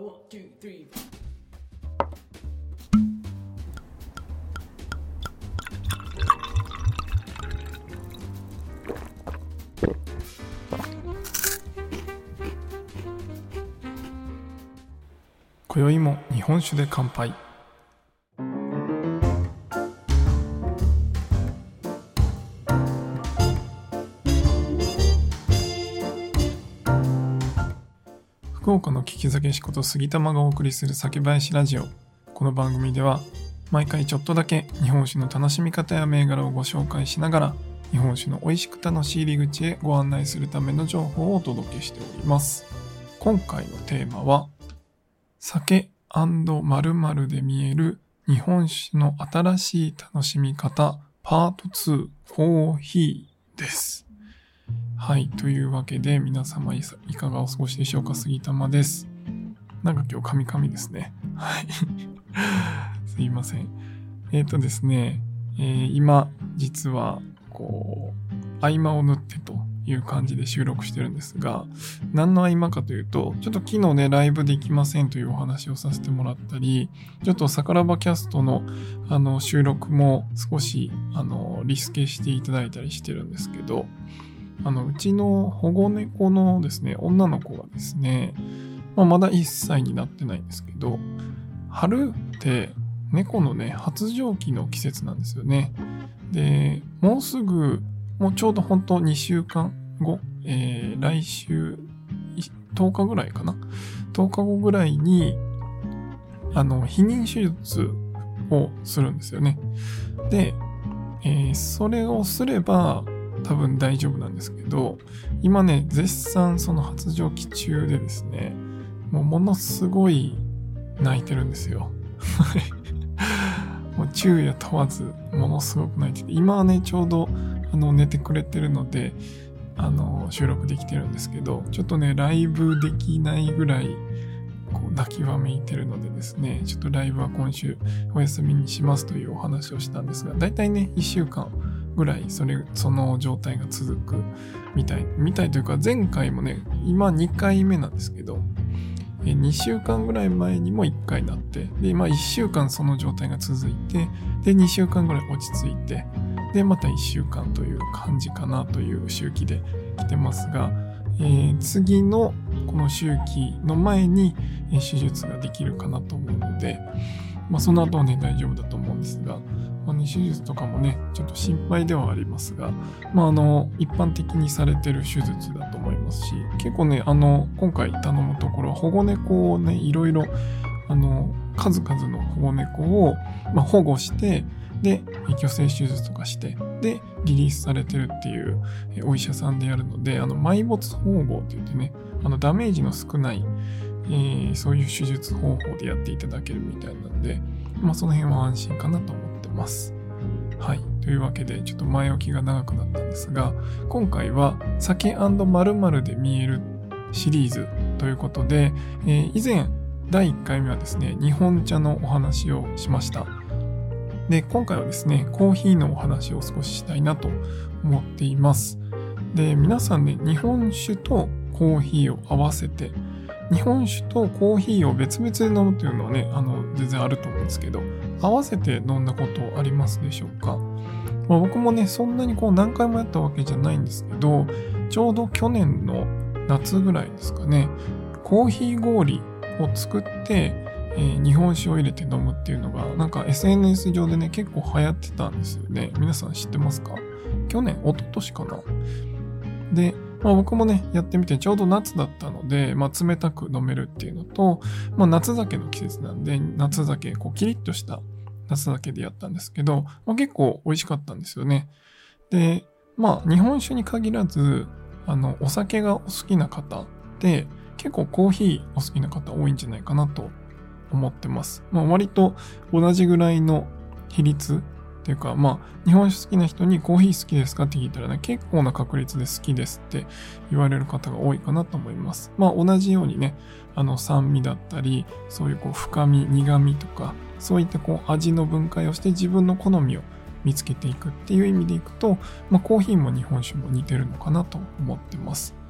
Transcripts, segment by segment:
今宵も日本酒で乾杯。福岡の聞き酒師こと杉玉がお送りする酒林ラジオ。この番組では毎回ちょっとだけ日本酒の楽しみ方や銘柄をご紹介しながら、日本酒の美味しく楽しい入り口へご案内するための情報をお届けしております。今回のテーマは酒&〇〇で見える日本酒の新しい楽しみ方パート2コーヒーです。はい、というわけで皆様いかがお過ごしでしょうか。杉玉です。なんか今日カミカミですね。はい。すいません。ですね、今実は合間を縫ってという感じで収録してるんですが、何の合間かというと、ちょっと昨日ねライブできませんというお話をさせてもらったり、ちょっとさからばキャストの収録も少しリスケしていただいたりしてるんですけど、うちの保護猫のですね女の子がですね、まだ1歳になってないんですけど、春って猫のね発情期の季節なんですよね。でもうすぐもうちょうど本当2週間後、来週10日ぐらいかな、10日後ぐらいに避妊手術をするんですよね。で、それをすれば多分大丈夫なんですけど、今ね絶賛その発情期中でですね、ものすごい泣いてるんですよ。もう昼夜問わずものすごく泣いてて、今はねちょうど寝てくれてるので収録できてるんですけど、ちょっとねライブできないぐらい泣きわめいてるのでですね、ちょっとライブは今週お休みにしますというお話をしたんですが、だいたいね1週間ぐらいその状態が続くみたいというか、前回もね今2回目なんですけど、2週間ぐらい前にも1回なって、で1週間その状態が続いて、で2週間ぐらい落ち着いて、でまた1週間という感じかなという周期で来てますが、次のこの周期の前に手術ができるかなと思うので、その後はね大丈夫だと思うんですが、手術とかもねちょっと心配ではありますが、一般的にされてる手術だと思いますし、結構ね今回頼むところは保護猫をねいろいろ数々の保護猫を、保護して、で去勢手術とかしてでリリースされてるっていうお医者さんでやるので、埋没縫合って言ってねダメージの少ない、そういう手術方法でやっていただけるみたいなので、その辺は安心かなと思ってます。はい、というわけでちょっと前置きが長くなったんですが、今回は酒&〇〇で見えるシリーズということで、以前第1回目はですね日本茶のお話をしました。で今回はですねコーヒーのお話を少ししたいなと思っています。で皆さんね日本酒とコーヒーを合わせて、日本酒とコーヒーを別々で飲むというのはね全然あると思うんですけど、合わせて飲んだことありますでしょうか。僕もねそんなに何回もやったわけじゃないんですけど、ちょうど去年の夏ぐらいですかね、コーヒー氷を作って日本酒を入れて飲むっていうのがなんか SNS 上でね結構流行ってたんですよね。皆さん知ってますか？去年、一昨年かな。で、僕もねやってみてちょうど夏だったので、冷たく飲めるっていうのと、夏酒の季節なんで夏酒キリッとした夏酒でやったんですけど、結構美味しかったんですよね。で、日本酒に限らずお酒がお好きな方って結構コーヒーお好きな方多いんじゃないかなと思ってます。割と同じぐらいの比率っていうか、日本酒好きな人にコーヒー好きですかって聞いたらね、結構な確率で好きですって言われる方が多いかなと思います。同じようにね、酸味だったり、そういう深み、苦みとか、そういった味の分解をして自分の好みを見つけていくっていう意味でいくと、コーヒーも日本酒も似てるのかなと思ってます。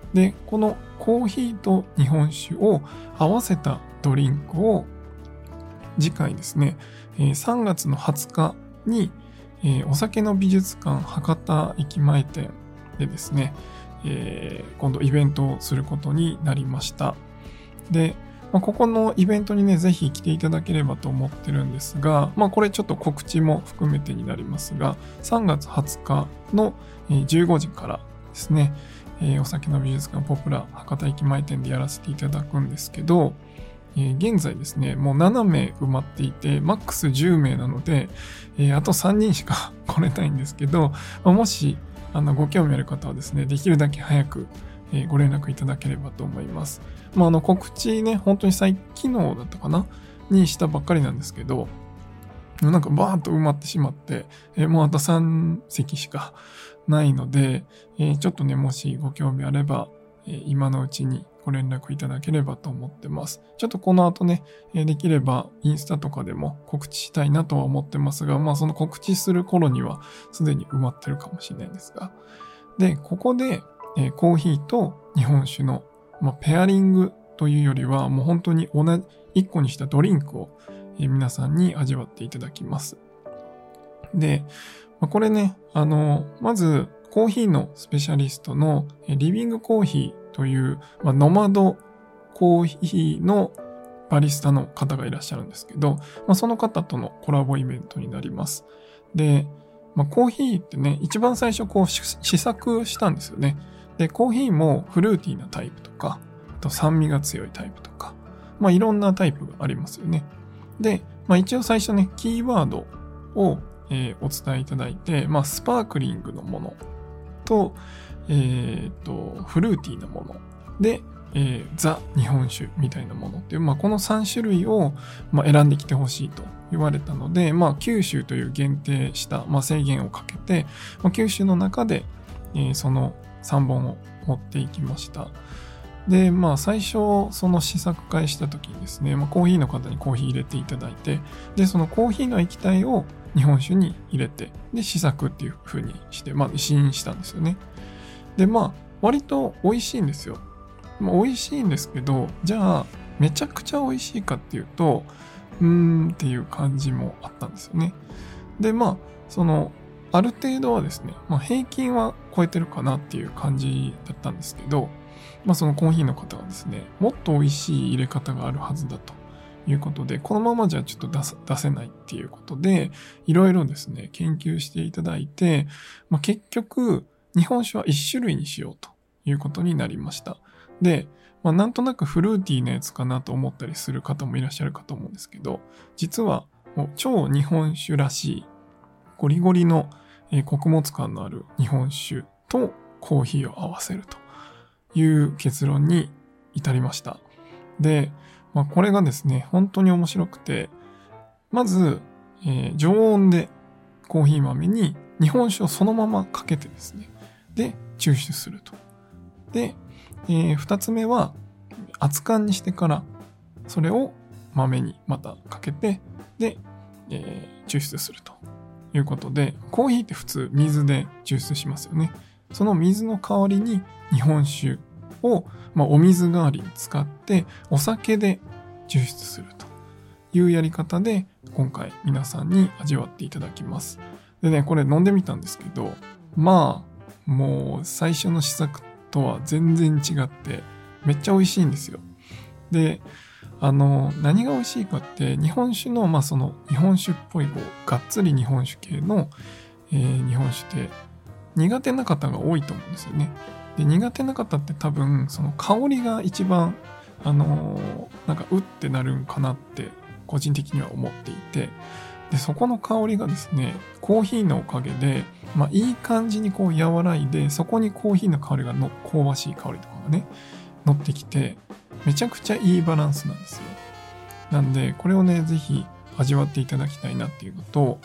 で、このコーヒーと日本酒を合わせたドリンクを次回ですね、3月の20日に、お酒の美術館博多駅前店でですね、今度イベントをすることになりました。で、ここのイベントにね、ぜひ来ていただければと思ってるんですが、これちょっと告知も含めてになりますが、3月20日の15時からですね、お酒の美術館ポプラ博多駅前店でやらせていただくんですけど、現在ですね、もう7名埋まっていて、マックス10名なので、あと3人しか来れないんですけど、もしご興味ある方はですね、できるだけ早くご連絡いただければと思います。告知ね、本当に昨日だったかなにしたばっかりなんですけど、なんかバーッと埋まってしまって、もうあと3席しかないので、ちょっとね、もしご興味あれば、今のうちにご連絡いただければと思ってます。ちょっとこの後ね、できればインスタとかでも告知したいなとは思ってますが、その告知する頃にはすでに埋まってるかもしれないんですが。で、ここで、コーヒーと日本酒の、ペアリングというよりは、もう本当に同じ1個にしたドリンクを、皆さんに味わっていただきます。で、これね、まず、コーヒーのスペシャリストのリビングコーヒーという、ノマドコーヒーのバリスタの方がいらっしゃるんですけど、その方とのコラボイベントになります。で、コーヒーってね、一番最初試作したんですよね。で、コーヒーもフルーティーなタイプとか、あと酸味が強いタイプとか、いろんなタイプがありますよね。で、一応最初ね、キーワードを、お伝えいただいて、スパークリングのものと、フルーティーなもので、ザ日本酒みたいなものっていう、この3種類を、選んできてほしいと言われたので、9種という限定した、制限をかけて、9種の中で、その3本を持っていきました。で、最初、その試作会した時にですね、コーヒーの方にコーヒー入れていただいて、で、そのコーヒーの液体を日本酒に入れて、で、試作っていう風にして、試飲したんですよね。で、割と美味しいんですよ。美味しいんですけど、じゃあ、めちゃくちゃ美味しいかっていうと、っていう感じもあったんですよね。で、ある程度はですね、平均は超えてるかなっていう感じだったんですけど、そのコーヒーの方がですね、もっと美味しい入れ方があるはずだということで、このままじゃちょっと出せないっていうことで、いろいろですね、研究していただいて、結局、日本酒は1種類にしようということになりました。で、なんとなくフルーティーなやつかなと思ったりする方もいらっしゃるかと思うんですけど、実はもう超日本酒らしい、ゴリゴリの穀物感のある日本酒とコーヒーを合わせるという結論に至りました。で、これがですね、本当に面白くて、まず、常温でコーヒー豆に日本酒をそのままかけてですね、で、抽出すると。で、二つ目は、熱燗にしてから、それを豆にまたかけて、で、抽出するということで、コーヒーって普通水で抽出しますよね。その水の代わりに日本酒を、お水代わりに使って、お酒で抽出するというやり方で、今回皆さんに味わっていただきます。でね、これ飲んでみたんですけど、もう最初の試作とは全然違って、めっちゃ美味しいんですよ。で、何が美味しいかって、日本酒の、その日本酒っぽい、がっつり日本酒系の、日本酒って苦手な方が多いと思うんですよね。で、苦手な方って多分、その香りが一番、なんかうってなるんかなって、個人的には思っていて、で、そこの香りがですね、コーヒーのおかげで、いい感じに和らいで、そこにコーヒーの香りが香ばしい香りとかがね、乗ってきて、めちゃくちゃいいバランスなんですよ。なんで、これをね、ぜひ味わっていただきたいなっていうのと、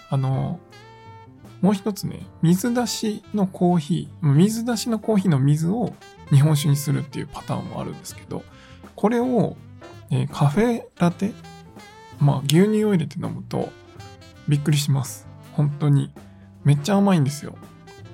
もう一つね、水出しのコーヒーの水を日本酒にするっていうパターンもあるんですけど、これを、カフェラテ、牛乳を入れて飲むとびっくりします。本当に。めっちゃ甘いんですよ。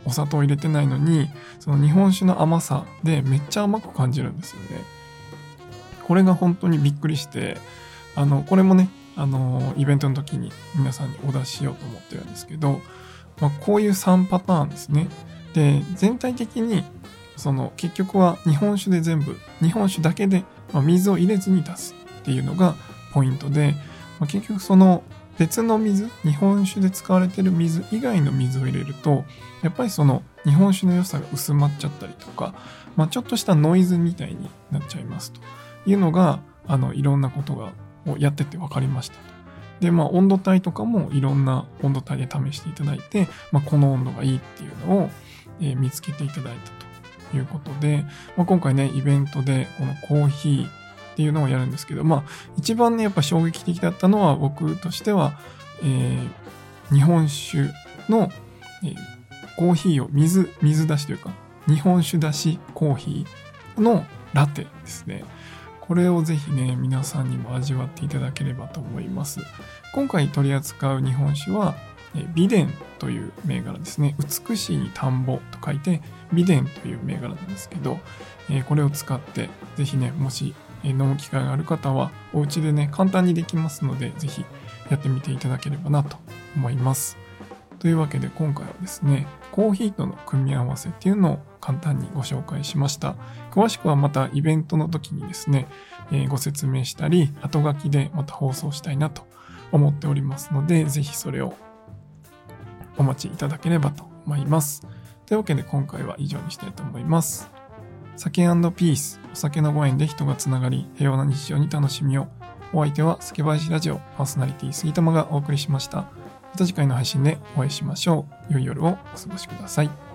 お砂糖を入れてないのに、その日本酒の甘さでめっちゃ甘く感じるんですよね。これが本当にびっくりして、これもね、イベントの時に皆さんにお出ししようと思ってるんですけど、こういう3パターンですね。で、全体的に、結局は日本酒で全部、日本酒だけで、水を入れずに出すっていうのがポイントで、結局別の水、日本酒で使われている水以外の水を入れると、やっぱり日本酒の良さが薄まっちゃったりとか、ちょっとしたノイズみたいになっちゃいますというのが、いろんなことをやってて分かりましたと。で、温度帯とかもいろんな温度帯で試していただいて、この温度がいいっていうのを、見つけていただいたということで、今回ね、イベントでこのコーヒーっていうのをやるんですけど、一番ね、やっぱ衝撃的だったのは僕としては、日本酒の、コーヒーを水出しというか、日本酒出しコーヒーのラテですね。これをぜひね、皆さんにも味わっていただければと思います。今回取り扱う日本酒は、美伝という銘柄ですね。美しいに田んぼと書いて、美伝という銘柄なんですけど、これを使って、ぜひね、もし飲む機会がある方は、お家でね、簡単にできますので、ぜひやってみていただければなと思います。というわけで今回はですね、コーヒーとの組み合わせっていうのを簡単にご紹介しました。詳しくはまたイベントの時にですね、ご説明したり、後書きでまた放送したいなと思っておりますので、ぜひそれをお待ちいただければと思います。というわけで今回は以上にしたいと思います。酒&ピース、お酒のご縁で人がつながり、平和な日常に楽しみを。お相手は酒林ラジオパーソナリティ杉玉がお送りしました。また次回の配信でお会いしましょう。良い夜をお過ごしください。